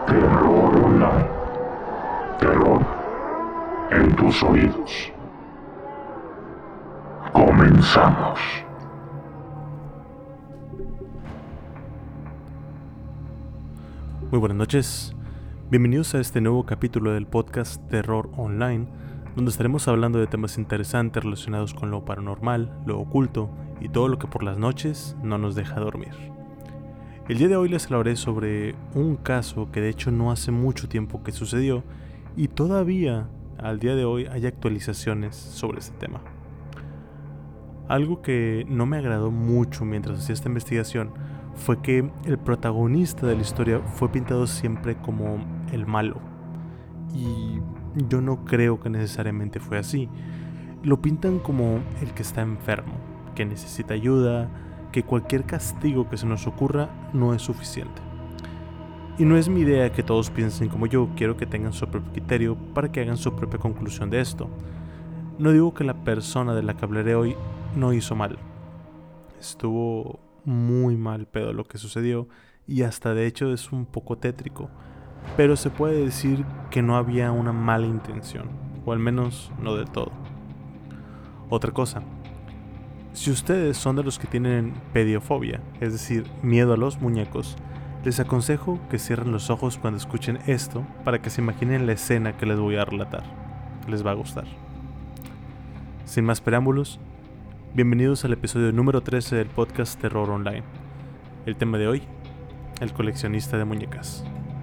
Terror Online. Terror en tus oídos. Comenzamos. Muy buenas noches, bienvenidos a este nuevo capítulo del podcast Terror Online, donde estaremos hablando de temas interesantes relacionados con lo paranormal, lo oculto y todo lo que por las noches no nos deja dormir. El día de hoy les hablaré sobre un caso que de hecho no hace mucho tiempo que sucedió y todavía al día de hoy hay actualizaciones sobre este tema. Algo que no me agradó mucho mientras hacía esta investigación fue que el protagonista de la historia fue pintado siempre como el malo. Y yo no creo que necesariamente fue así. Lo pintan como el que está enfermo, que necesita ayuda, que cualquier castigo que se nos ocurra no es suficiente. Y no es mi idea que todos piensen como yo, quiero que tengan su propio criterio para que hagan su propia conclusión de esto. No digo que la persona de la que hablaré hoy no hizo mal. Estuvo muy mal pedo lo que sucedió y hasta de hecho es un poco tétrico, pero se puede decir que no había una mala intención, o al menos no del todo. Otra cosa, si ustedes son de los que tienen pediofobia, es decir, miedo a los muñecos, les aconsejo que cierren los ojos cuando escuchen esto para que se imaginen la escena que les voy a relatar. Les va a gustar. Sin más preámbulos, bienvenidos al episodio número 13 del podcast Terror Online. El tema de hoy, el coleccionista de muñecas.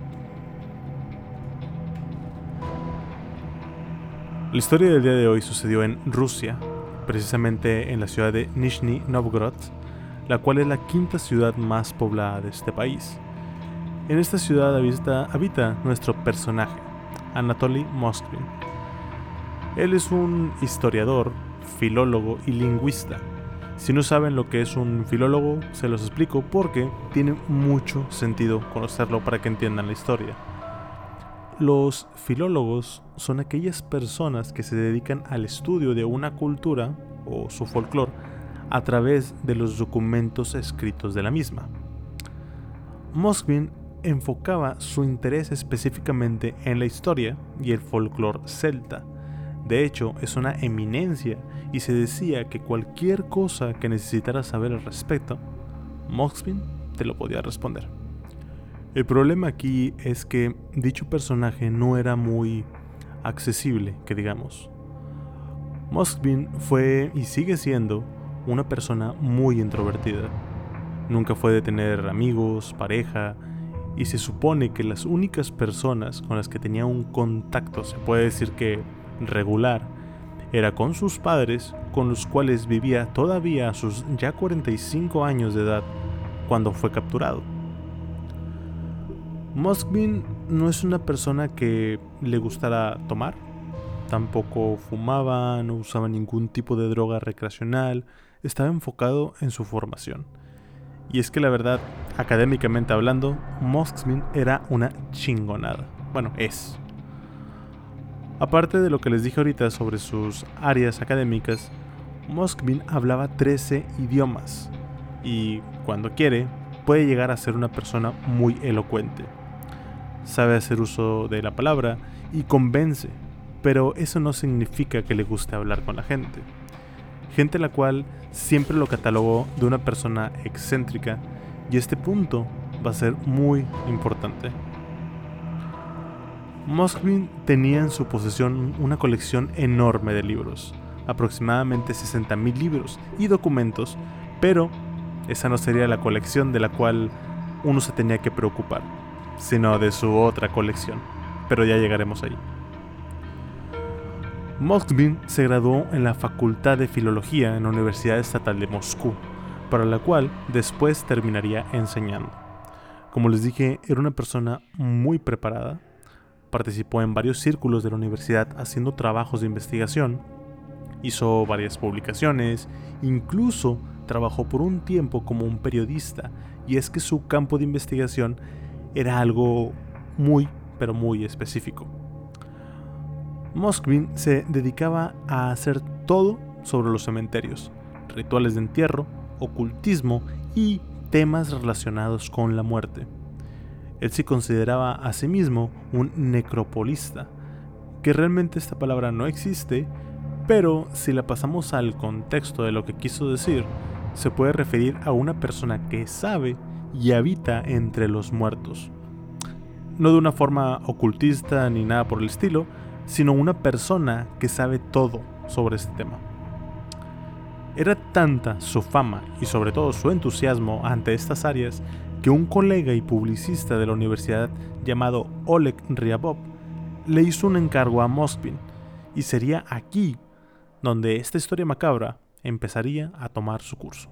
La historia del día de hoy sucedió en Rusia, precisamente en la ciudad de Nizhny Novgorod, la cual es la quinta ciudad más poblada de este país. En esta ciudad habita nuestro personaje, Anatoly Moskvin. Él es un historiador, filólogo y lingüista. Si no saben lo que es un filólogo, se los explico porque tiene mucho sentido conocerlo para que entiendan la historia. Los filólogos son aquellas personas que se dedican al estudio de una cultura o su folclore a través de los documentos escritos de la misma. Moskvin enfocaba su interés específicamente en la historia y el folclore celta. De hecho, es una eminencia y se decía que cualquier cosa que necesitaras saber al respecto, Moskvin te lo podía responder. El problema aquí es que dicho personaje no era muy accesible, que digamos. Moskvin fue y sigue siendo una persona muy introvertida. Nunca fue de tener amigos, pareja, y se supone que las únicas personas con las que tenía un contacto, se puede decir que regular, era con sus padres, con los cuales vivía todavía a sus ya 45 años de edad cuando fue capturado. Moskvin no es una persona que le gustara tomar, tampoco fumaba, no usaba ningún tipo de droga recreacional, estaba enfocado en su formación. Y es que la verdad, académicamente hablando, Moskvin era una chingonada. Bueno, es. Aparte de lo que les dije ahorita sobre sus áreas académicas, Moskvin hablaba 13 idiomas y cuando quiere puede llegar a ser una persona muy elocuente. Sabe hacer uso de la palabra y convence, pero eso no significa que le guste hablar con la gente. Gente la cual siempre lo catalogó de una persona excéntrica y este punto va a ser muy importante. Moskvin tenía en su posesión una colección enorme de libros, aproximadamente 60,000 libros y documentos, pero esa no sería la colección de la cual uno se tenía que preocupar, sino de su otra colección, pero ya llegaremos ahí. Moskvin se graduó en la Facultad de Filología en la Universidad Estatal de Moscú, para la cual después terminaría enseñando. Como les dije, era una persona muy preparada. Participó en varios círculos de la universidad haciendo trabajos de investigación, hizo varias publicaciones, incluso trabajó por un tiempo como un periodista, y es que su campo de investigación era algo muy, pero muy específico. Moskvin se dedicaba a hacer todo sobre los cementerios, rituales de entierro, ocultismo y temas relacionados con la muerte. Él se consideraba a sí mismo un necropolista, que realmente esta palabra no existe, pero si la pasamos al contexto de lo que quiso decir, se puede referir a una persona que sabe y habita entre los muertos. No de una forma ocultista ni nada por el estilo, sino una persona que sabe todo sobre este tema. Era tanta su fama y sobre todo su entusiasmo ante estas áreas que un colega y publicista de la universidad llamado Oleg Ryabov le hizo un encargo a Moskvin, y sería aquí donde esta historia macabra empezaría a tomar su curso.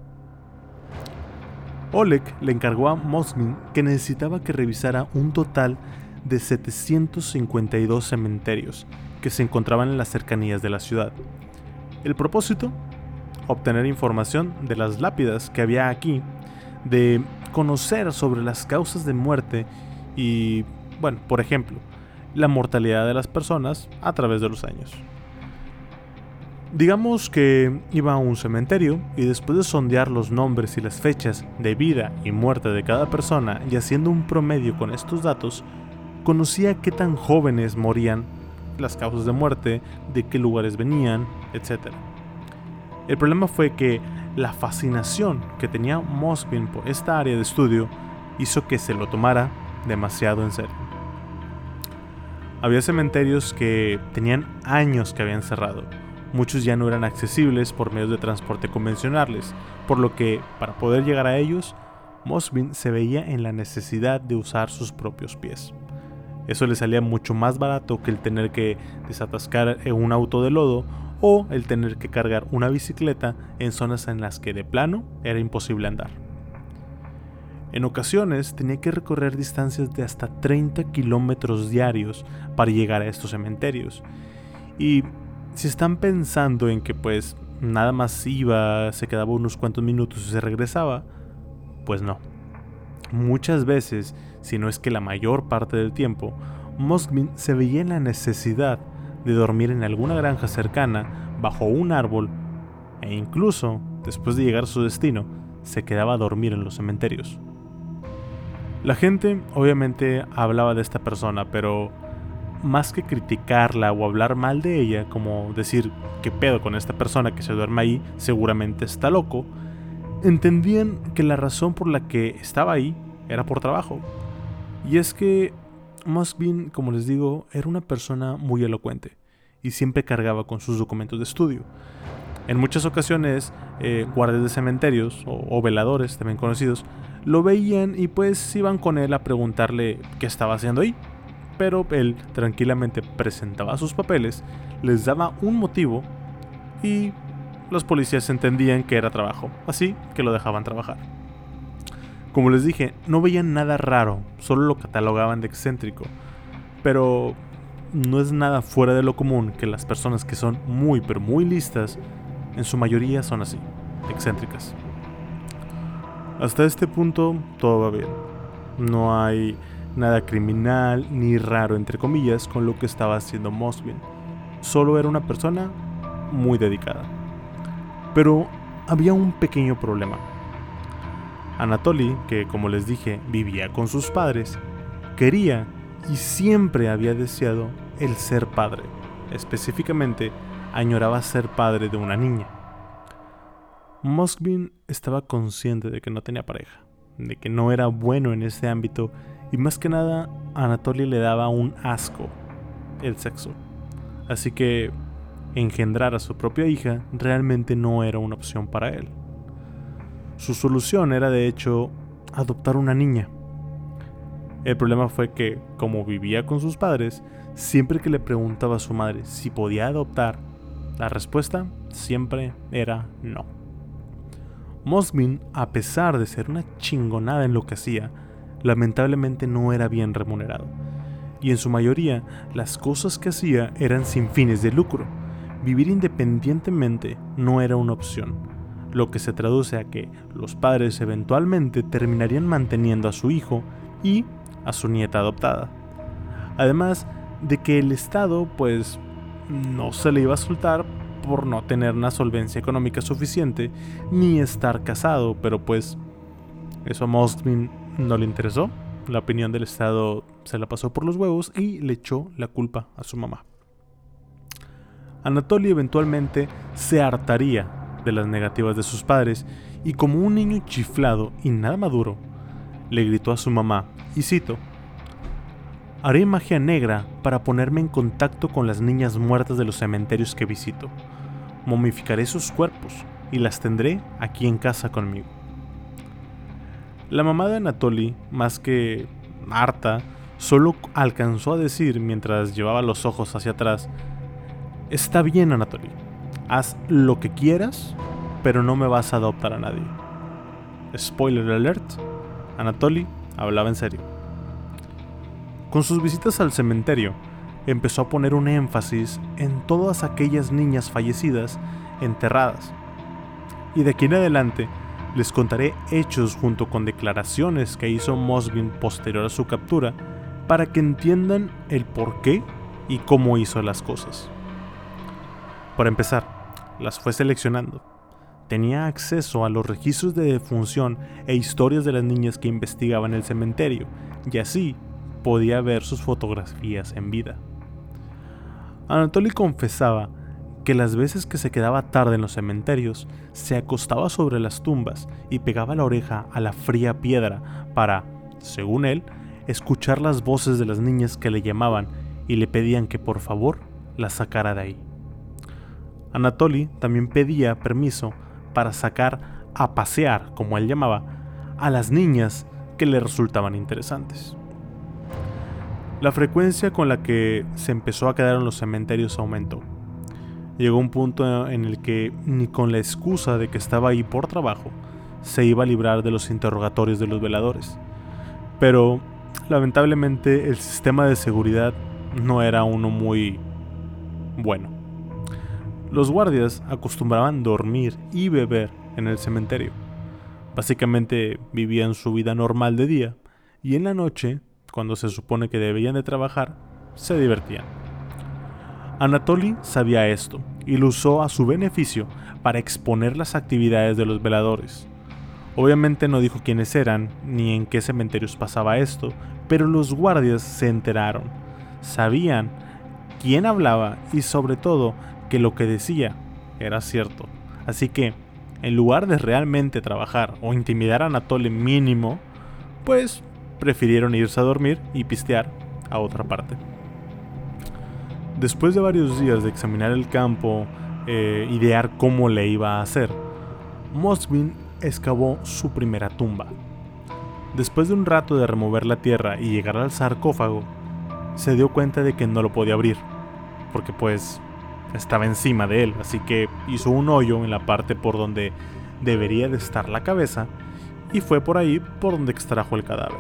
Oleg le encargó a Moskvin que necesitaba que revisara un total de 752 cementerios que se encontraban en las cercanías de la ciudad. El propósito: obtener información de las lápidas que había aquí, de conocer sobre las causas de muerte y, bueno, por ejemplo, la mortalidad de las personas a través de los años. Digamos que iba a un cementerio y después de sondear los nombres y las fechas de vida y muerte de cada persona y haciendo un promedio con estos datos, conocía qué tan jóvenes morían, las causas de muerte, de qué lugares venían, etc. El problema fue que la fascinación que tenía Moskvin por esta área de estudio hizo que se lo tomara demasiado en serio. Había cementerios que tenían años que habían cerrado. Muchos ya no eran accesibles por medios de transporte convencionales, por lo que, para poder llegar a ellos, Moskvin se veía en la necesidad de usar sus propios pies. Eso le salía mucho más barato que el tener que desatascar un auto de lodo o el tener que cargar una bicicleta en zonas en las que de plano era imposible andar. En ocasiones tenía que recorrer distancias de hasta 30 kilómetros diarios para llegar a estos cementerios. Y si están pensando en que pues nada más iba, se quedaba unos cuantos minutos y se regresaba, pues no. Muchas veces, si no es que la mayor parte del tiempo, Moskvin se veía en la necesidad de dormir en alguna granja cercana, bajo un árbol, e incluso, después de llegar a su destino, se quedaba a dormir en los cementerios. La gente obviamente hablaba de esta persona, pero más que criticarla o hablar mal de ella, como decir qué pedo con esta persona que se duerme ahí, seguramente está loco, entendían que la razón por la que estaba ahí era por trabajo. Y es que Moskvin, como les digo, era una persona muy elocuente y siempre cargaba con sus documentos de estudio. En muchas ocasiones, guardias de cementerios o veladores, también conocidos, lo veían y pues iban con él a preguntarle qué estaba haciendo ahí. Pero él tranquilamente presentaba sus papeles, les daba un motivo y los policías entendían que era trabajo, así que lo dejaban trabajar. Como les dije, no veían nada raro, solo lo catalogaban de excéntrico, pero no es nada fuera de lo común que las personas que son muy pero muy listas, en su mayoría son así, excéntricas. Hasta este punto todo va bien, no hay nada criminal ni raro entre comillas con lo que estaba haciendo Moskvin, solo era una persona muy dedicada. Pero había un pequeño problema. Anatoly, que como les dije vivía con sus padres, quería y siempre había deseado el ser padre. Específicamente, añoraba ser padre de una niña. Moskvin estaba consciente de que no tenía pareja, de que no era bueno en este ámbito y más que nada a Anatoly le daba un asco el sexo. Así que engendrar a su propia hija realmente no era una opción para él. Su solución era de hecho adoptar una niña. El problema fue que, como vivía con sus padres, siempre que le preguntaba a su madre si podía adoptar, la respuesta siempre era no. Moskvin, a pesar de ser una chingonada en lo que hacía, lamentablemente no era bien remunerado. Y en su mayoría, las cosas que hacía eran sin fines de lucro. Vivir independientemente no era una opción, lo que se traduce a que los padres eventualmente terminarían manteniendo a su hijo y a su nieta adoptada. Además de que el Estado pues no se le iba a soltar por no tener una solvencia económica suficiente ni estar casado, pero pues eso a Moskvin no le interesó, la opinión del Estado se la pasó por los huevos y le echó la culpa a su mamá. Anatoly eventualmente se hartaría de las negativas de sus padres y, como un niño chiflado y nada maduro, le gritó a su mamá, y cito: "Haré magia negra para ponerme en contacto con las niñas muertas de los cementerios que visito. Momificaré sus cuerpos y las tendré aquí en casa conmigo". La mamá de Anatoly, más que harta, solo alcanzó a decir mientras llevaba los ojos hacia atrás: "Está bien, Anatoly, haz lo que quieras, pero no me vas a adoptar a nadie". Spoiler alert, Anatoly hablaba en serio. Con sus visitas al cementerio, empezó a poner un énfasis en todas aquellas niñas fallecidas enterradas. Y de aquí en adelante les contaré hechos junto con declaraciones que hizo Mosbin posterior a su captura para que entiendan el por qué y cómo hizo las cosas. Para empezar, las fue seleccionando. Tenía acceso a los registros de defunción e historias de las niñas que investigaba en el cementerio, y así podía ver sus fotografías en vida. Anatoly confesaba que las veces que se quedaba tarde en los cementerios, se acostaba sobre las tumbas y pegaba la oreja a la fría piedra para, según él, escuchar las voces de las niñas que le llamaban y le pedían que por favor las sacara de ahí. Anatoly también pedía permiso para sacar a pasear, como él llamaba, a las niñas que le resultaban interesantes. La frecuencia con la que se empezó a quedar en los cementerios aumentó. Llegó un punto en el que, ni con la excusa de que estaba ahí por trabajo, se iba a librar de los interrogatorios de los veladores. Pero, lamentablemente, el sistema de seguridad no era uno muy bueno. Los guardias acostumbraban dormir y beber en el cementerio. Básicamente vivían su vida normal de día, y en la noche, cuando se supone que debían de trabajar, se divertían. Anatoly sabía esto y lo usó a su beneficio para exponer las actividades de los veladores. Obviamente no dijo quiénes eran ni en qué cementerios pasaba esto, pero los guardias se enteraron. Sabían quién hablaba y, sobre todo, que lo que decía era cierto. Así que, en lugar de realmente trabajar o intimidar a Anatoly mínimo, pues prefirieron irse a dormir y pistear a otra parte. Después de varios días de examinar el campo, idear cómo le iba a hacer, Mosbin excavó su primera tumba. Después de un rato de remover la tierra y llegar al sarcófago, se dio cuenta de que no lo podía abrir, porque pues estaba encima de él, así que hizo un hoyo en la parte por donde debería de estar la cabeza y fue por ahí por donde extrajo el cadáver.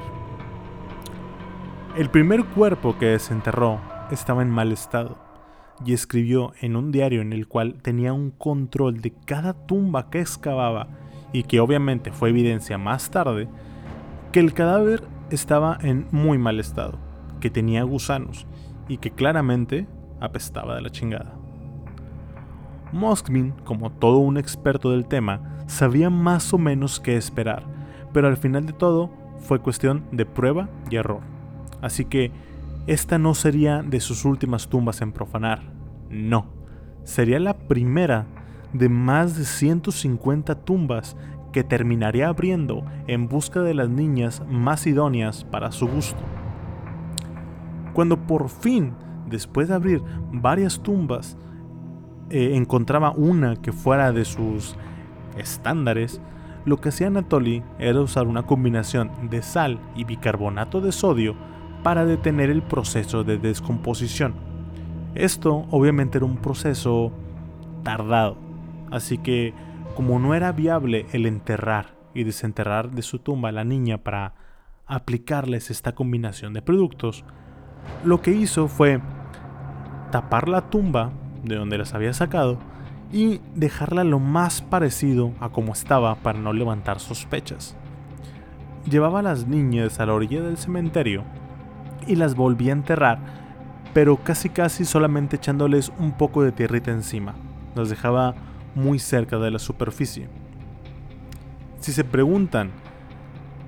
El primer cuerpo que desenterró estaba en mal estado y escribió en un diario en el cual tenía un control de cada tumba que excavaba, y que obviamente fue evidencia más tarde, que el cadáver estaba en muy mal estado, que tenía gusanos y que claramente apestaba de la chingada. Mosbin, como todo un experto del tema, sabía más o menos qué esperar, pero al final de todo fue cuestión de prueba y error. Así que esta no sería de sus últimas tumbas en profanar, no, sería la primera de más de 150 tumbas que terminaría abriendo en busca de las niñas más idóneas para su gusto. Cuando por fin, después de abrir varias tumbas, encontraba una que fuera de sus estándares, lo que hacía Anatoly era usar una combinación de sal y bicarbonato de sodio para detener el proceso de descomposición. Esto obviamente era un proceso tardado, así que como no era viable el enterrar y desenterrar de su tumba a la niña para aplicarles esta combinación de productos, lo que hizo fue tapar la tumba de donde las había sacado y dejarla lo más parecido a como estaba para no levantar sospechas. Llevaba a las niñas a la orilla del cementerio y las volvía a enterrar, pero casi solamente echándoles un poco de tierrita encima. Las dejaba muy cerca de la superficie. Si se preguntan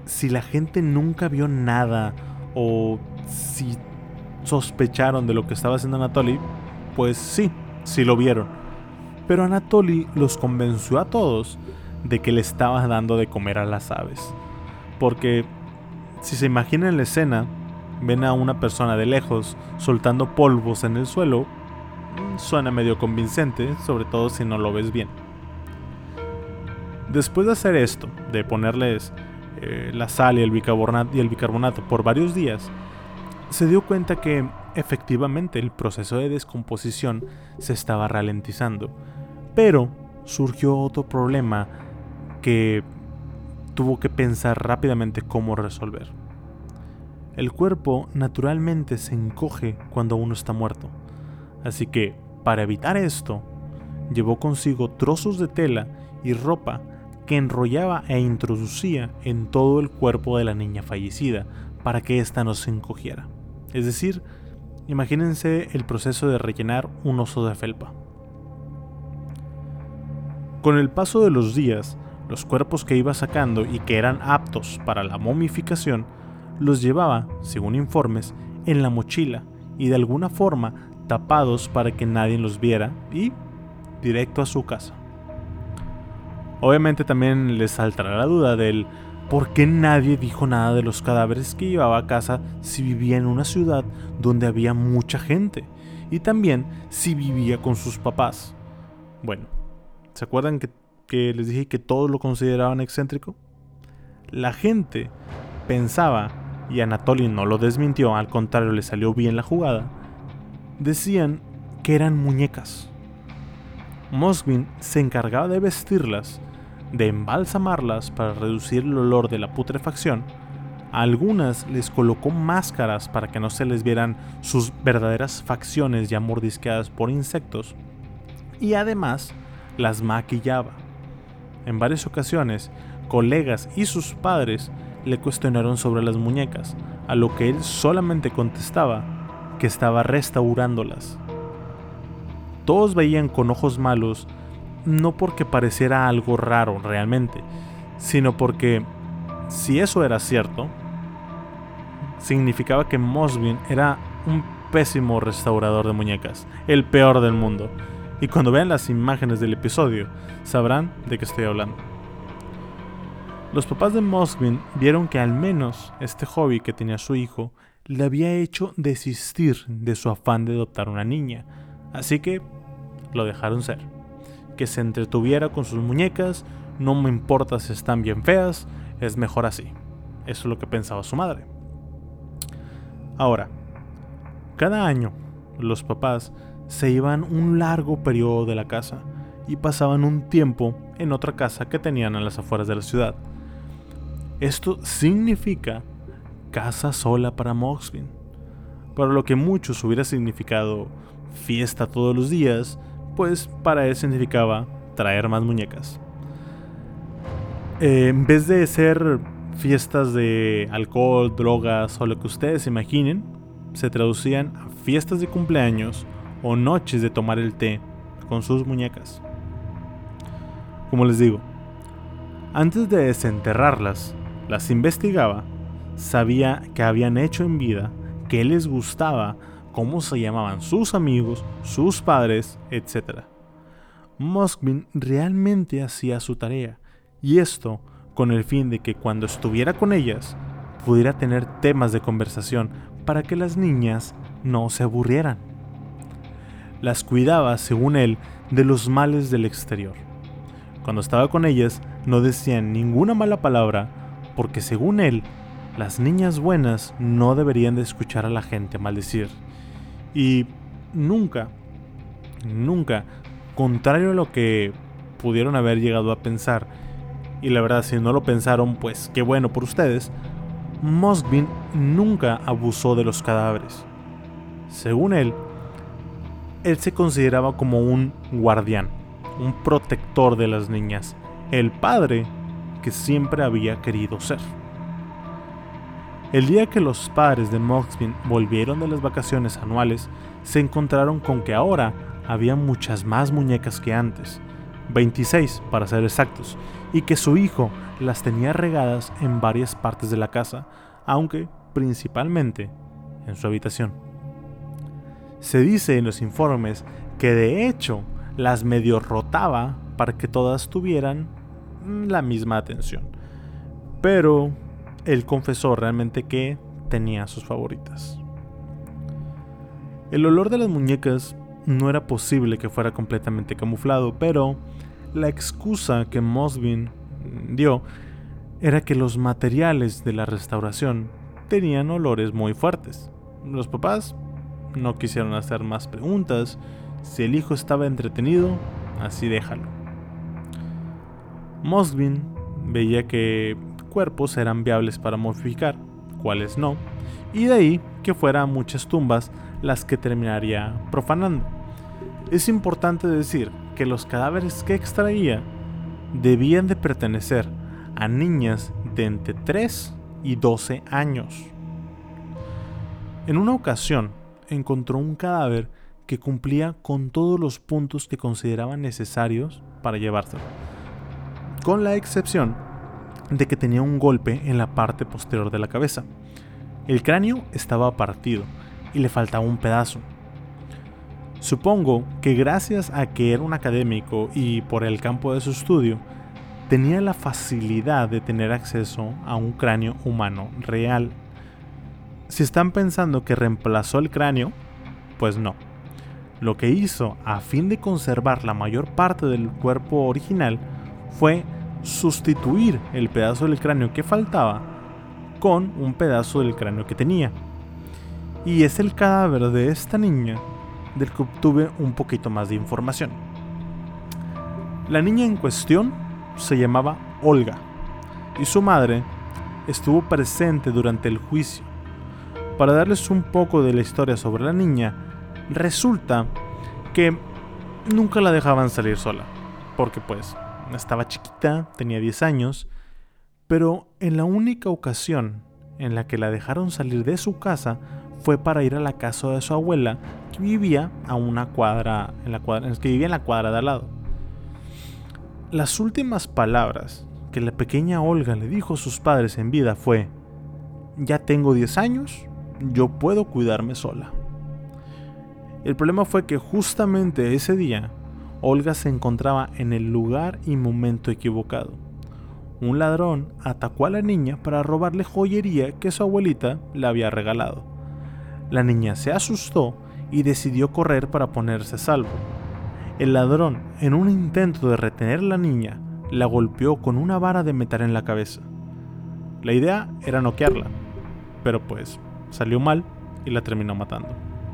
si la gente nunca vio nada o si sospecharon de lo que estaba haciendo Anatoly, pues sí lo vieron. Pero Anatoly los convenció a todos de que le estaba dando de comer a las aves. Porque si se imaginan la escena, ven a una persona de lejos soltando polvos en el suelo, suena medio convincente, sobre todo si no lo ves bien. Después de hacer esto, de ponerles la sal y el bicarbonato por varios días, se dio cuenta que efectivamente el proceso de descomposición se estaba ralentizando. Pero surgió otro problema que tuvo que pensar rápidamente cómo resolver. El cuerpo naturalmente se encoge cuando uno está muerto. Así que, para evitar esto, llevó consigo trozos de tela y ropa que enrollaba e introducía en todo el cuerpo de la niña fallecida para que ésta no se encogiera. Es decir, imagínense el proceso de rellenar un oso de felpa. Con el paso de los días, los cuerpos que iba sacando y que eran aptos para la momificación, los llevaba, según informes, en la mochila y de alguna forma tapados para que nadie los viera y directo a su casa. Obviamente también les saltará la duda del por qué nadie dijo nada de los cadáveres que llevaba a casa si vivía en una ciudad donde había mucha gente y también si vivía con sus papás. Bueno, ¿se acuerdan que les dije que todos lo consideraban excéntrico? La gente pensaba, y Anatoly no lo desmintió, al contrario le salió bien la jugada, decían que eran muñecas. Moskvin se encargaba de vestirlas, de embalsamarlas para reducir el olor de la putrefacción. A algunas les colocó máscaras para que no se les vieran sus verdaderas facciones ya mordisqueadas por insectos, y además las maquillaba. En varias ocasiones, colegas y sus padres le cuestionaron sobre las muñecas, a lo que él solamente contestaba que estaba restaurándolas. Todos veían con ojos malos, no porque pareciera algo raro realmente, sino porque, si eso era cierto, significaba que Moskvin era un pésimo restaurador de muñecas, el peor del mundo. Y cuando vean las imágenes del episodio, sabrán de qué estoy hablando. Los papás de Moskvin vieron que al menos este hobby que tenía su hijo le había hecho desistir de su afán de adoptar una niña, así que lo dejaron ser. Que se entretuviera con sus muñecas, no me importa si están bien feas, es mejor así. Eso es lo que pensaba su madre. Ahora, cada año los papás se iban un largo periodo de la casa y pasaban un tiempo en otra casa que tenían a las afueras de la ciudad. Esto significa casa sola para Moskvin, para lo que muchos hubiera significado fiesta todos los días, pues para él significaba traer más muñecas. En vez de ser fiestas de alcohol, drogas o lo que ustedes imaginen, se traducían a fiestas de cumpleaños o noches de tomar el té con sus muñecas. Como les digo, antes de desenterrarlas, las investigaba, sabía qué habían hecho en vida, qué les gustaba, cómo se llamaban sus amigos, sus padres, etc. Moskvin realmente hacía su tarea, y esto con el fin de que cuando estuviera con ellas, pudiera tener temas de conversación para que las niñas no se aburrieran. Las cuidaba, según él, de los males del exterior. Cuando estaba con ellas, no decían ninguna mala palabra, porque según él, las niñas buenas no deberían de escuchar a la gente maldecir. Y nunca, contrario a lo que pudieron haber llegado a pensar, y la verdad si no lo pensaron, pues qué bueno por ustedes, Moskvin nunca abusó de los cadáveres. Según él se consideraba como un guardián, un protector de las niñas, el padre que siempre había querido ser. El día que los padres de Moskvin volvieron de las vacaciones anuales, se encontraron con que ahora había muchas más muñecas que antes, 26 para ser exactos, y que su hijo las tenía regadas en varias partes de la casa, aunque principalmente en su habitación. Se dice en los informes que de hecho las medio rotaba para que todas tuvieran la misma atención, pero él confesó realmente que tenía sus favoritas. El olor de las muñecas no era posible que fuera completamente camuflado, pero la excusa que Mosby dio era que los materiales de la restauración tenían olores muy fuertes. Los papás no quisieron hacer más preguntas. Si el hijo estaba entretenido, así déjalo. Mosby veía que cuerpos eran viables para momificar, cuáles no, y de ahí que fueran muchas tumbas las que terminaría profanando. Es importante decir que los cadáveres que extraía debían de pertenecer a niñas de entre 3 y 12 años. En una ocasión encontró un cadáver que cumplía con todos los puntos que consideraba necesarios para llevárselo, con la excepción de que tenía un golpe en la parte posterior de la cabeza. El cráneo estaba partido y le faltaba un pedazo. Supongo que gracias a que era un académico y por el campo de su estudio, tenía la facilidad de tener acceso a un cráneo humano real. Si están pensando que reemplazó el cráneo, pues no. Lo que hizo a fin de conservar la mayor parte del cuerpo original fue sustituir el pedazo del cráneo que faltaba con un pedazo del cráneo que tenía. Y es el cadáver de esta niña del que obtuve un poquito más de información. La niña en cuestión se llamaba Olga y su madre estuvo presente durante el juicio. Para darles un poco de la historia sobre la niña, resulta que nunca la dejaban salir sola, porque pues estaba chiquita, tenía 10 años, pero en la única ocasión en la que la dejaron salir de su casa fue para ir a la casa de su abuela, que vivía a una cuadra, que vivía en la cuadra de al lado. Las últimas palabras que la pequeña Olga le dijo a sus padres en vida fue: ya tengo 10 años, yo puedo cuidarme sola. El problema fue que justamente ese día, Olga se encontraba en el lugar y momento equivocado. Un ladrón atacó a la niña para robarle joyería que su abuelita le había regalado. La niña se asustó y decidió correr para ponerse a salvo. El ladrón, en un intento de retener a la niña, la golpeó con una vara de metal en la cabeza. La idea era noquearla, pero pues salió mal y la terminó matando.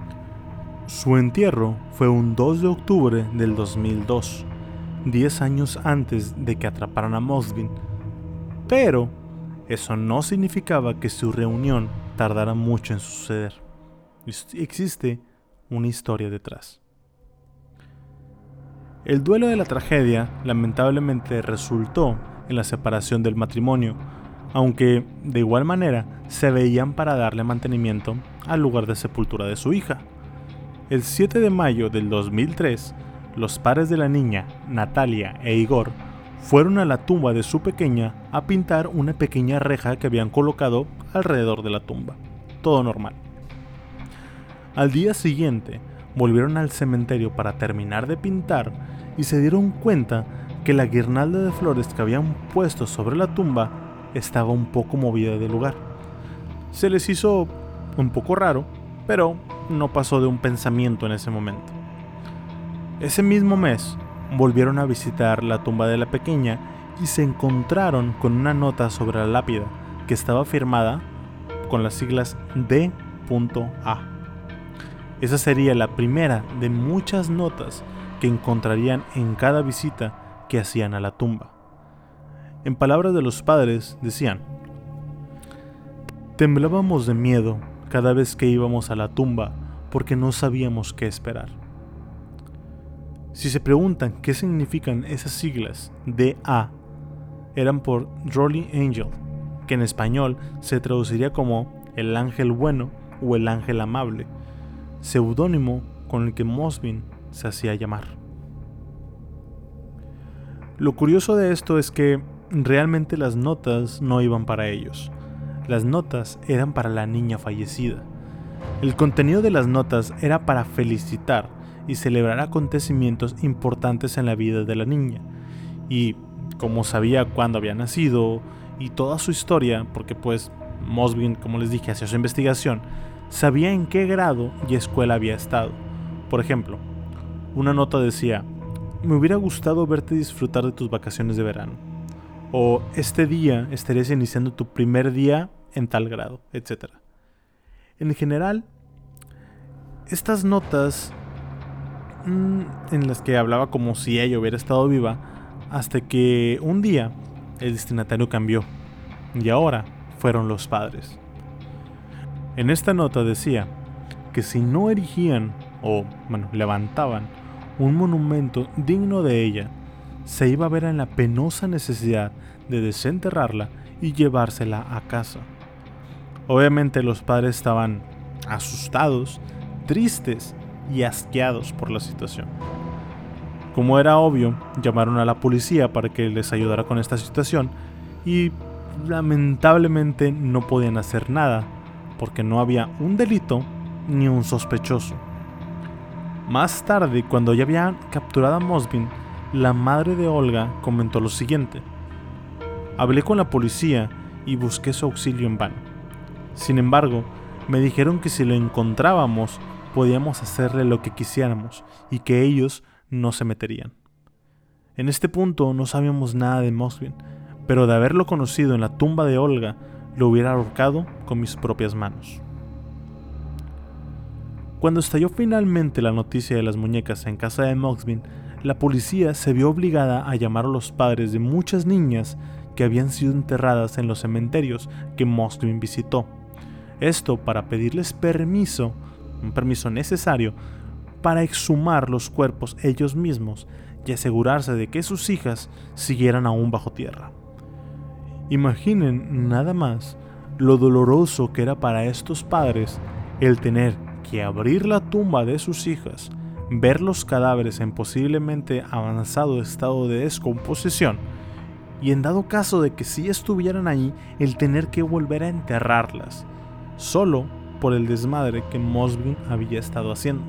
Su entierro fue un 2 de octubre del 2002, 10 años antes de que atraparan a Mosby, pero eso no significaba que su reunión tardara mucho en suceder. Existe una historia detrás. El duelo de la tragedia lamentablemente resultó en la separación del matrimonio, aunque de igual manera se veían para darle mantenimiento al lugar de sepultura de su hija. El 7 de mayo del 2003, los padres de la niña, Natalia e Igor, fueron a la tumba de su pequeña a pintar una pequeña reja que habían colocado alrededor de la tumba. Todo normal. Al día siguiente, volvieron al cementerio para terminar de pintar y se dieron cuenta que la guirnalda de flores que habían puesto sobre la tumba estaba un poco movida del lugar. Se les hizo un poco raro, pero no pasó de un pensamiento en ese momento. Ese mismo mes, volvieron a visitar la tumba de la pequeña y se encontraron con una nota sobre la lápida que estaba firmada con las siglas D.A. Esa sería la primera de muchas notas que encontrarían en cada visita que hacían a la tumba. En palabras de los padres decían: temblábamos de miedo cada vez que íbamos a la tumba porque no sabíamos qué esperar. Si se preguntan qué significan esas siglas D.A., eran por Holy Angel, que en español se traduciría como el ángel bueno o el ángel amable, seudónimo con el que Mosby se hacía llamar. Lo curioso de esto es que realmente las notas no iban para ellos. Las notas eran para la niña fallecida. El contenido de las notas era para felicitar y celebrar acontecimientos importantes en la vida de la niña. Y como sabía cuándo había nacido y toda su historia, porque pues Mosbin, como les dije, hacía su investigación, sabía en qué grado y escuela había estado. Por ejemplo, una nota decía: me hubiera gustado verte disfrutar de tus vacaciones de verano. O este día estarías iniciando tu primer día en tal grado, etc. En general, estas notas en las que hablaba como si ella hubiera estado viva, hasta que un día el destinatario cambió y ahora fueron los padres. En esta nota decía que si no erigían levantaban un monumento digno de ella, se iba a ver en la penosa necesidad de desenterrarla y llevársela a casa. Obviamente los padres estaban asustados, tristes y asqueados por la situación. Como era obvio, llamaron a la policía para que les ayudara con esta situación y lamentablemente no podían hacer nada porque no había un delito ni un sospechoso. Más tarde, cuando ya habían capturado a Mosbin, la madre de Olga comentó lo siguiente: hablé con la policía y busqué su auxilio en vano. Sin embargo, me dijeron que si lo encontrábamos, podíamos hacerle lo que quisiéramos y que ellos no se meterían. En este punto no sabíamos nada de Mosbin, pero de haberlo conocido en la tumba de Olga, lo hubiera ahorcado con mis propias manos. Cuando estalló finalmente la noticia de las muñecas en casa de Mosbin, la policía se vio obligada a llamar a los padres de muchas niñas que habían sido enterradas en los cementerios que Mosbin visitó. Esto para pedirles un permiso necesario para exhumar los cuerpos ellos mismos y asegurarse de que sus hijas siguieran aún bajo tierra. Imaginen nada más lo doloroso que era para estos padres el tener que abrir la tumba de sus hijas, ver los cadáveres en posiblemente avanzado estado de descomposición y en dado caso de que sí estuvieran ahí, el tener que volver a enterrarlas, solo por el desmadre que Mosbin había estado haciendo.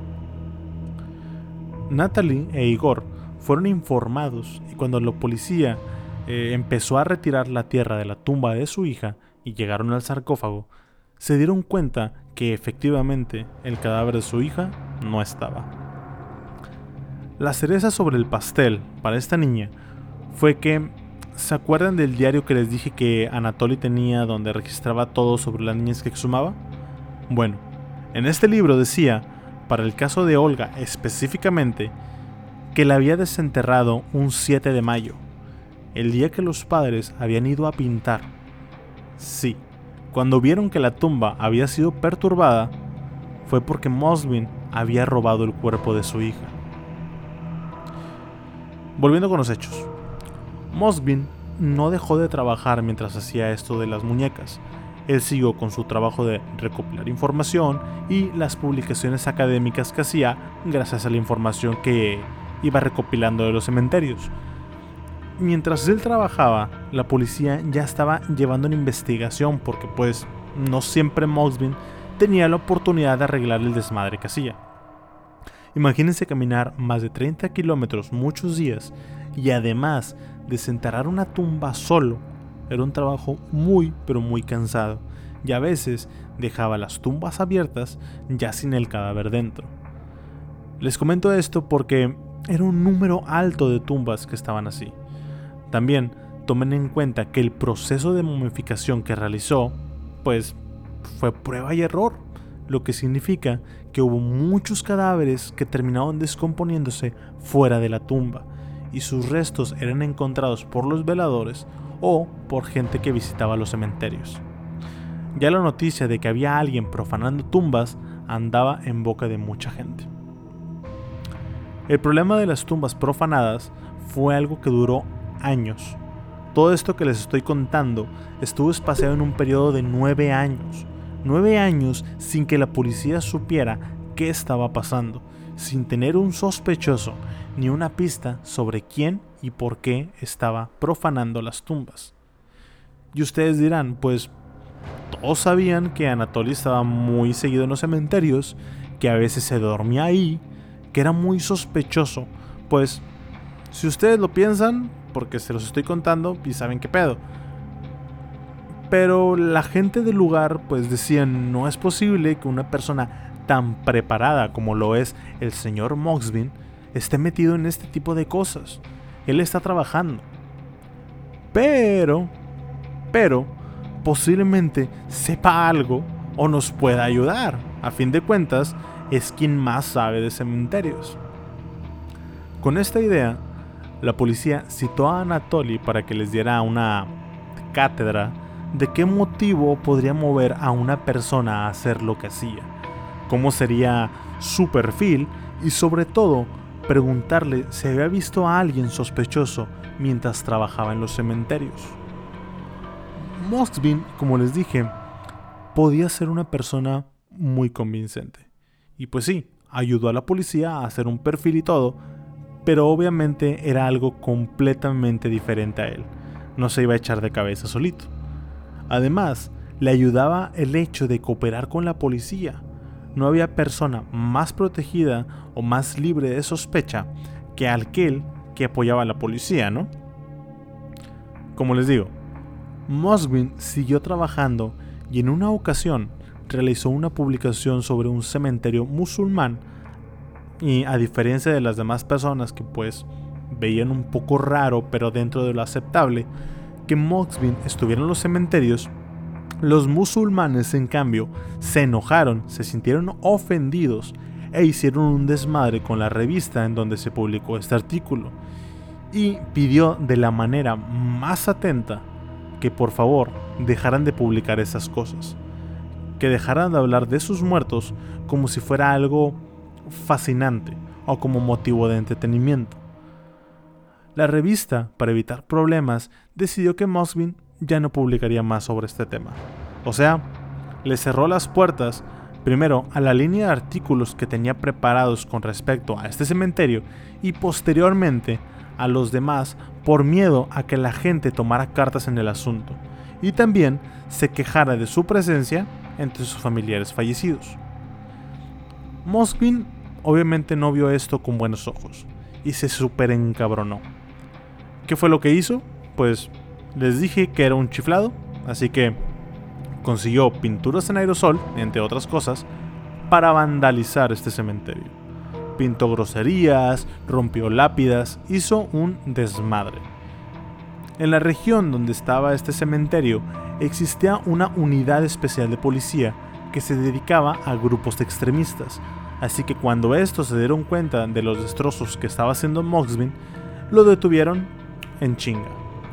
Natalie e Igor fueron informados y cuando la policía empezó a retirar la tierra de la tumba de su hija y llegaron al sarcófago, se dieron cuenta que efectivamente el cadáver de su hija no estaba. La cereza sobre el pastel para esta niña fue que, ¿se acuerdan del diario que les dije que Anatoly tenía donde registraba todo sobre las niñas que exhumaba? Bueno, en este libro decía, para el caso de Olga específicamente, que la había desenterrado un 7 de mayo, el día que los padres habían ido a pintar. Sí, cuando vieron que la tumba había sido perturbada, fue porque Mosbin había robado el cuerpo de su hija. Volviendo con los hechos, Mosbin no dejó de trabajar mientras hacía esto de las muñecas. Él siguió con su trabajo de recopilar información y las publicaciones académicas que hacía gracias a la información que iba recopilando de los cementerios. Mientras él trabajaba, la policía ya estaba llevando una investigación porque pues no siempre Mosbin tenía la oportunidad de arreglar el desmadre que hacía. Imagínense caminar más de 30 kilómetros muchos días y además desenterrar una tumba solo. Era un trabajo muy pero muy cansado y a veces dejaba las tumbas abiertas ya sin el cadáver dentro. Les comento esto porque era un número alto de tumbas que estaban así. También tomen en cuenta que el proceso de momificación que realizó pues fue prueba y error, lo que significa que hubo muchos cadáveres que terminaron descomponiéndose fuera de la tumba y sus restos eran encontrados por los veladores o por gente que visitaba los cementerios. Ya la noticia de que había alguien profanando tumbas andaba en boca de mucha gente. El problema de las tumbas profanadas fue algo que duró años. Todo esto que les estoy contando estuvo espaciado en un periodo de 9 años. 9 años sin que la policía supiera qué estaba pasando, sin tener un sospechoso ni una pista sobre quién y por qué estaba profanando las tumbas. Y ustedes dirán, pues todos sabían que Anatoly estaba muy seguido en los cementerios, que a veces se dormía ahí, que era muy sospechoso. Pues si ustedes lo piensan, porque se los estoy contando y saben qué pedo. Pero la gente del lugar pues decían, no es posible que una persona tan preparada como lo es el señor Moxbin esté metido en este tipo de cosas. Él está trabajando. Pero posiblemente sepa algo o nos pueda ayudar. A fin de cuentas, es quien más sabe de cementerios. Con esta idea, la policía citó a Anatoly para que les diera una cátedra de qué motivo podría mover a una persona a hacer lo que hacía, cómo sería su perfil y sobre todo preguntarle si había visto a alguien sospechoso mientras trabajaba en los cementerios. Moxbin, como les dije, podía ser una persona muy convincente. Y pues sí, ayudó a la policía a hacer un perfil y todo, pero obviamente era algo completamente diferente a él. No se iba a echar de cabeza solito. Además, le ayudaba el hecho de cooperar con la policía. No había persona más protegida o más libre de sospecha que aquel que apoyaba a la policía, ¿no? Como les digo, Moxbin siguió trabajando y en una ocasión realizó una publicación sobre un cementerio musulmán y a diferencia de las demás personas que pues veían un poco raro pero dentro de lo aceptable que Moxbin estuviera en los cementerios, los musulmanes en cambio se enojaron, se sintieron ofendidos e hicieron un desmadre con la revista en donde se publicó este artículo y pidió de la manera más atenta que por favor dejaran de publicar esas cosas, que dejaran de hablar de sus muertos como si fuera algo fascinante o como motivo de entretenimiento. La revista, para evitar problemas, decidió que Moxbin ya no publicaría más sobre este tema. O sea, le cerró las puertas primero a la línea de artículos que tenía preparados con respecto a este cementerio y posteriormente a los demás por miedo a que la gente tomara cartas en el asunto y también se quejara de su presencia entre sus familiares fallecidos. Moxbin obviamente no vio esto con buenos ojos y se súper encabronó. ¿Qué fue lo que hizo? Pues les dije que era un chiflado, así que consiguió pinturas en aerosol, entre otras cosas, para vandalizar este cementerio. Pintó groserías, rompió lápidas, hizo un desmadre. En la región donde estaba este cementerio existía una unidad especial de policía que se dedicaba a grupos extremistas, así que cuando estos se dieron cuenta de los destrozos que estaba haciendo Moxbin, lo detuvieron en chinga.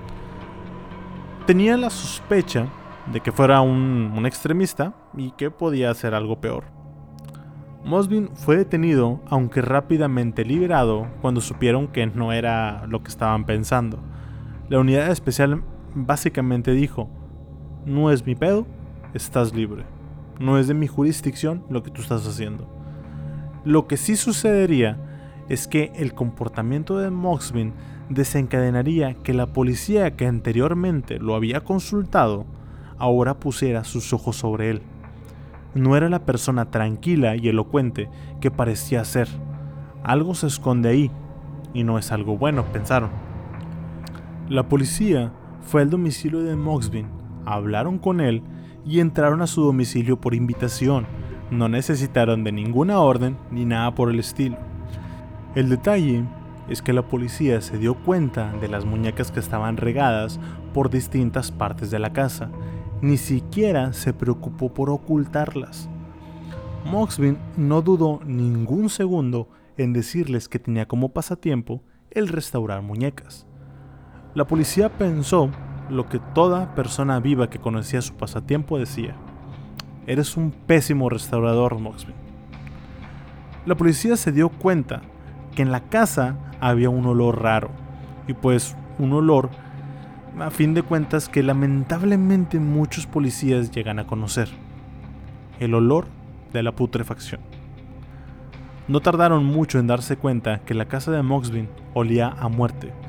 Tenía la sospecha de que fuera un extremista y que podía hacer algo peor. Moxbin fue detenido, aunque rápidamente liberado cuando supieron que no era lo que estaban pensando. La unidad especial básicamente dijo: no es mi pedo, estás libre. No es de mi jurisdicción lo que tú estás haciendo. Lo que sí sucedería es que el comportamiento de Moxbin desencadenaría que la policía que anteriormente lo había consultado ahora pusiera sus ojos sobre él. No era la persona tranquila y elocuente que parecía ser. Algo se esconde ahí, y no es algo bueno, pensaron. La policía fue al domicilio de Moxbin, hablaron con él y entraron a su domicilio por invitación. No necesitaron de ninguna orden ni nada por el estilo. El detalle es que la policía se dio cuenta de las muñecas que estaban regadas por distintas partes de la casa. Ni siquiera se preocupó por ocultarlas. Moxbin no dudó ningún segundo en decirles que tenía como pasatiempo el restaurar muñecas. La policía pensó lo que toda persona viva que conocía su pasatiempo decía: eres un pésimo restaurador, Moxbin. La policía se dio cuenta que en la casa había un olor raro, y pues un olor a fin de cuentas que lamentablemente muchos policías llegan a conocer: el olor de la putrefacción. No tardaron mucho en darse cuenta que la casa de Moxbin olía a muerte,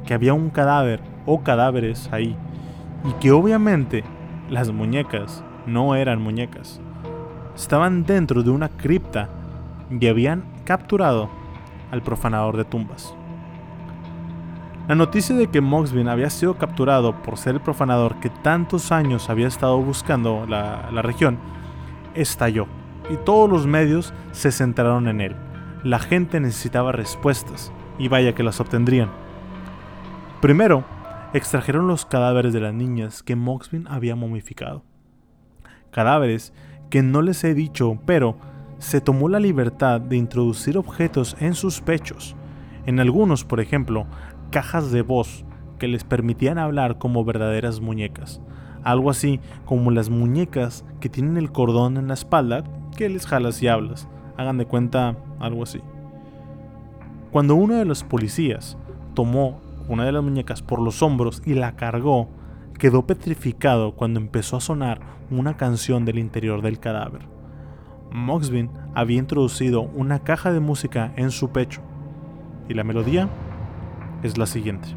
que había un cadáver o cadáveres ahí, y que obviamente las muñecas no eran muñecas. Estaban dentro de una cripta y habían capturado al profanador de tumbas. La noticia de que Moxbin había sido capturado por ser el profanador que tantos años había estado buscando la región estalló, y todos los medios se centraron en él. La gente necesitaba respuestas, y vaya que las obtendrían. Primero, extrajeron los cadáveres de las niñas que Moxbin había momificado. Cadáveres que no les he dicho, pero se tomó la libertad de introducir objetos en sus pechos. En algunos, por ejemplo, cajas de voz que les permitían hablar como verdaderas muñecas. Algo así como las muñecas que tienen el cordón en la espalda que les jalas y hablas. Hagan de cuenta algo así. Cuando uno de los policías tomó una de las muñecas por los hombros y la cargó, quedó petrificado cuando empezó a sonar una canción del interior del cadáver. Moxbin había introducido una caja de música en su pecho, y la melodía es la siguiente.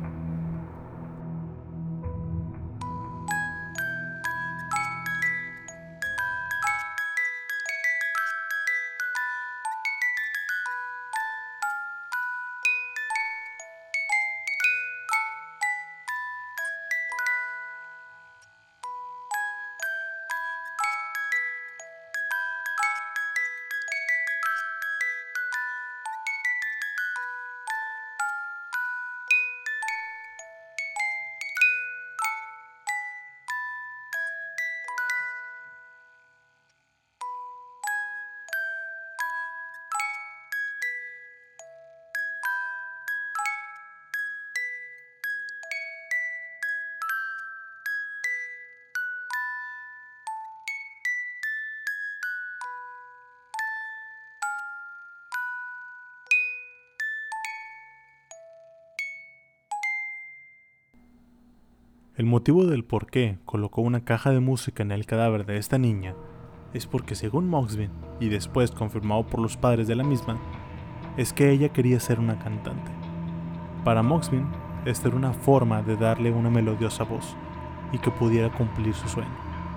El motivo del por qué colocó una caja de música en el cadáver de esta niña es porque, según Moxbin, y después confirmado por los padres de la misma, es que ella quería ser una cantante. Para Moxbin, esta era una forma de darle una melodiosa voz y que pudiera cumplir su sueño.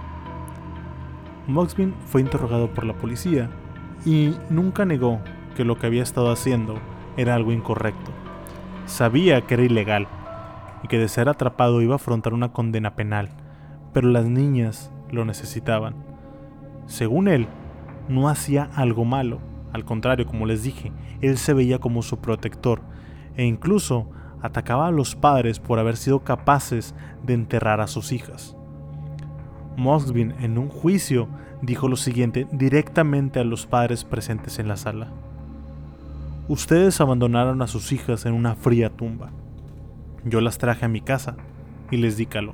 Moxbin fue interrogado por la policía y nunca negó que lo que había estado haciendo era algo incorrecto. Sabía que era ilegal y que de ser atrapado iba a afrontar una condena penal, pero las niñas lo necesitaban. Según él, no hacía algo malo, al contrario, como les dije, él se veía como su protector, e incluso atacaba a los padres por haber sido capaces de enterrar a sus hijas. Moxbin, en un juicio, dijo lo siguiente directamente a los padres presentes en la sala: ustedes abandonaron a sus hijas en una fría tumba. Yo las traje a mi casa y les di calor.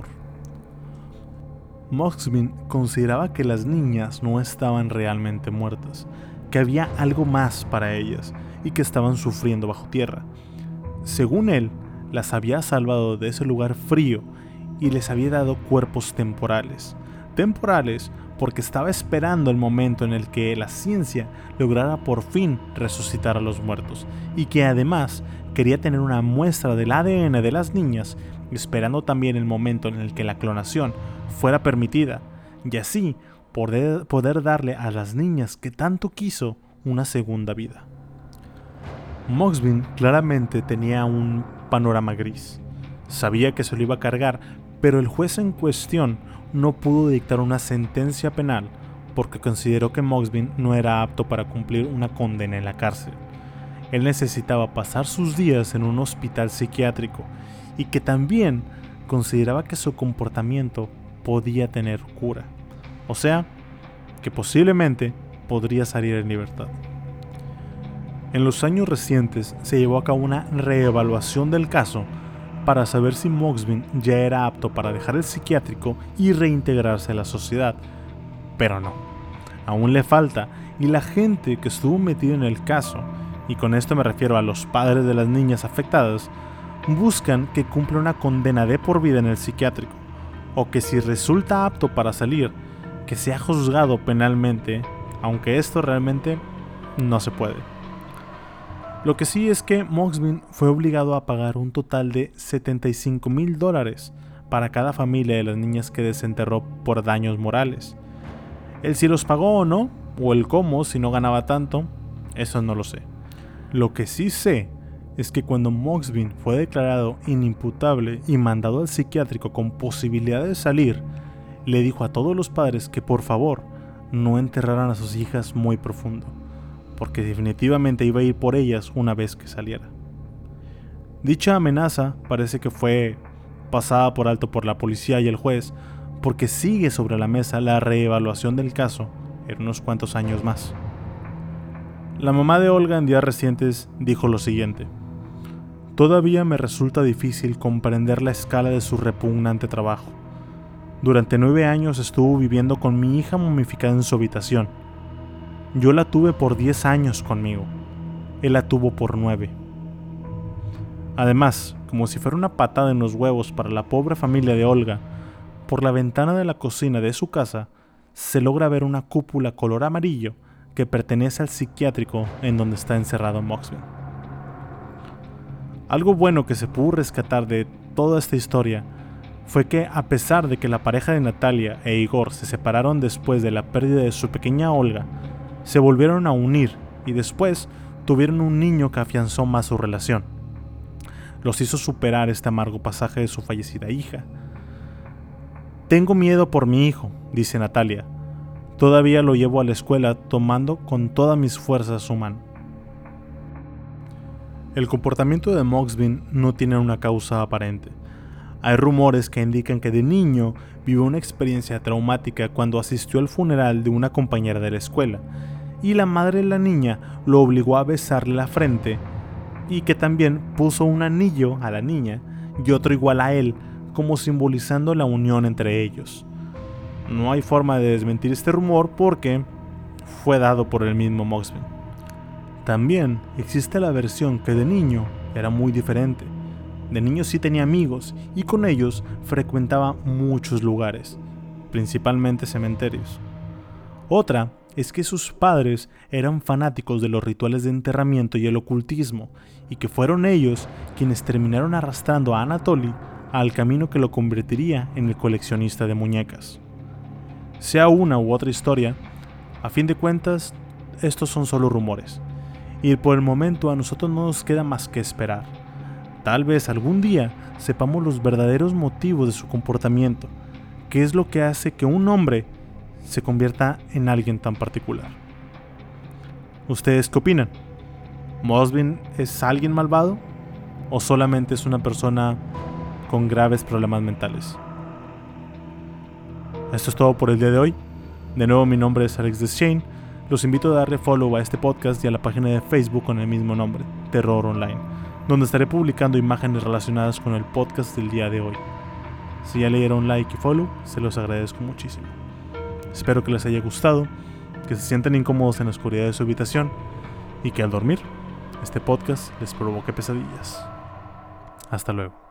Moxbin consideraba que las niñas no estaban realmente muertas, que había algo más para ellas y que estaban sufriendo bajo tierra. Según él, las había salvado de ese lugar frío y les había dado cuerpos temporales. Temporales porque estaba esperando el momento en el que la ciencia lograra por fin resucitar a los muertos, y que además quería tener una muestra del ADN de las niñas, esperando también el momento en el que la clonación fuera permitida, y así poder darle a las niñas que tanto quiso una segunda vida. Moxbin claramente tenía un panorama gris. Sabía que se lo iba a cargar, pero el juez en cuestión no pudo dictar una sentencia penal porque consideró que Moxbin no era apto para cumplir una condena en la cárcel. Él necesitaba pasar sus días en un hospital psiquiátrico y que también consideraba que su comportamiento podía tener cura, o sea, que posiblemente podría salir en libertad. En los años recientes se llevó a cabo una reevaluación del caso para saber si Moxbin ya era apto para dejar el psiquiátrico y reintegrarse a la sociedad, pero no, aún le falta, y la gente que estuvo metida en el caso, y con esto me refiero a los padres de las niñas afectadas, buscan que cumpla una condena de por vida en el psiquiátrico, o que si resulta apto para salir, que sea juzgado penalmente, aunque esto realmente no se puede. Lo que sí es que Moxbin fue obligado a pagar un total de $75,000 para cada familia de las niñas que desenterró por daños morales. El si los pagó o no, o el cómo si no ganaba tanto, eso no lo sé. Lo que sí sé es que cuando Moxbin fue declarado inimputable y mandado al psiquiátrico con posibilidad de salir, le dijo a todos los padres que por favor no enterraran a sus hijas muy profundo, porque definitivamente iba a ir por ellas una vez que saliera. Dicha amenaza parece que fue pasada por alto por la policía y el juez, porque sigue sobre la mesa la reevaluación del caso en unos cuantos años más. La mamá de Olga en días recientes dijo lo siguiente: todavía me resulta difícil comprender la escala de su repugnante trabajo. Durante 9 años estuvo viviendo con mi hija momificada en su habitación. Yo la tuve por 10 años conmigo. Él la tuvo por 9. Además, como si fuera una patada en los huevos para la pobre familia de Olga, por la ventana de la cocina de su casa se logra ver una cúpula color amarillo que pertenece al psiquiátrico en donde está encerrado Moxbin. Algo bueno que se pudo rescatar de toda esta historia fue que, a pesar de que la pareja de Natalia e Igor se separaron después de la pérdida de su pequeña Olga, se volvieron a unir y después tuvieron un niño que afianzó más su relación. Los hizo superar este amargo pasaje de su fallecida hija. Tengo miedo por mi hijo, dice Natalia. Todavía lo llevo a la escuela tomando con todas mis fuerzas su mano. El comportamiento de Moxbin no tiene una causa aparente. Hay rumores que indican que de niño vivió una experiencia traumática cuando asistió al funeral de una compañera de la escuela, y la madre de la niña lo obligó a besarle la frente, y que también puso un anillo a la niña y otro igual a él, como simbolizando la unión entre ellos. No hay forma de desmentir este rumor porque fue dado por el mismo Moxbin. También existe la versión que de niño era muy diferente. De niño sí tenía amigos y con ellos frecuentaba muchos lugares, principalmente cementerios. Otra es que sus padres eran fanáticos de los rituales de enterramiento y el ocultismo, y que fueron ellos quienes terminaron arrastrando a Anatoly al camino que lo convertiría en el coleccionista de muñecas. Sea una u otra historia, a fin de cuentas, estos son solo rumores, y por el momento a nosotros no nos queda más que esperar. Tal vez algún día sepamos los verdaderos motivos de su comportamiento, qué es lo que hace que un hombre se convierta en alguien tan particular. ¿Ustedes qué opinan? ¿Moxbin es alguien malvado o solamente es una persona con graves problemas mentales? Esto es todo por el día de hoy. De nuevo, mi nombre es Alex Deschênes. Los invito a darle follow a este podcast y a la página de Facebook con el mismo nombre, Terror Online, donde estaré publicando imágenes relacionadas con el podcast del día de hoy. Si ya le dieron like y follow, se los agradezco muchísimo. Espero que les haya gustado, que se sientan incómodos en la oscuridad de su habitación y que al dormir, este podcast les provoque pesadillas. Hasta luego.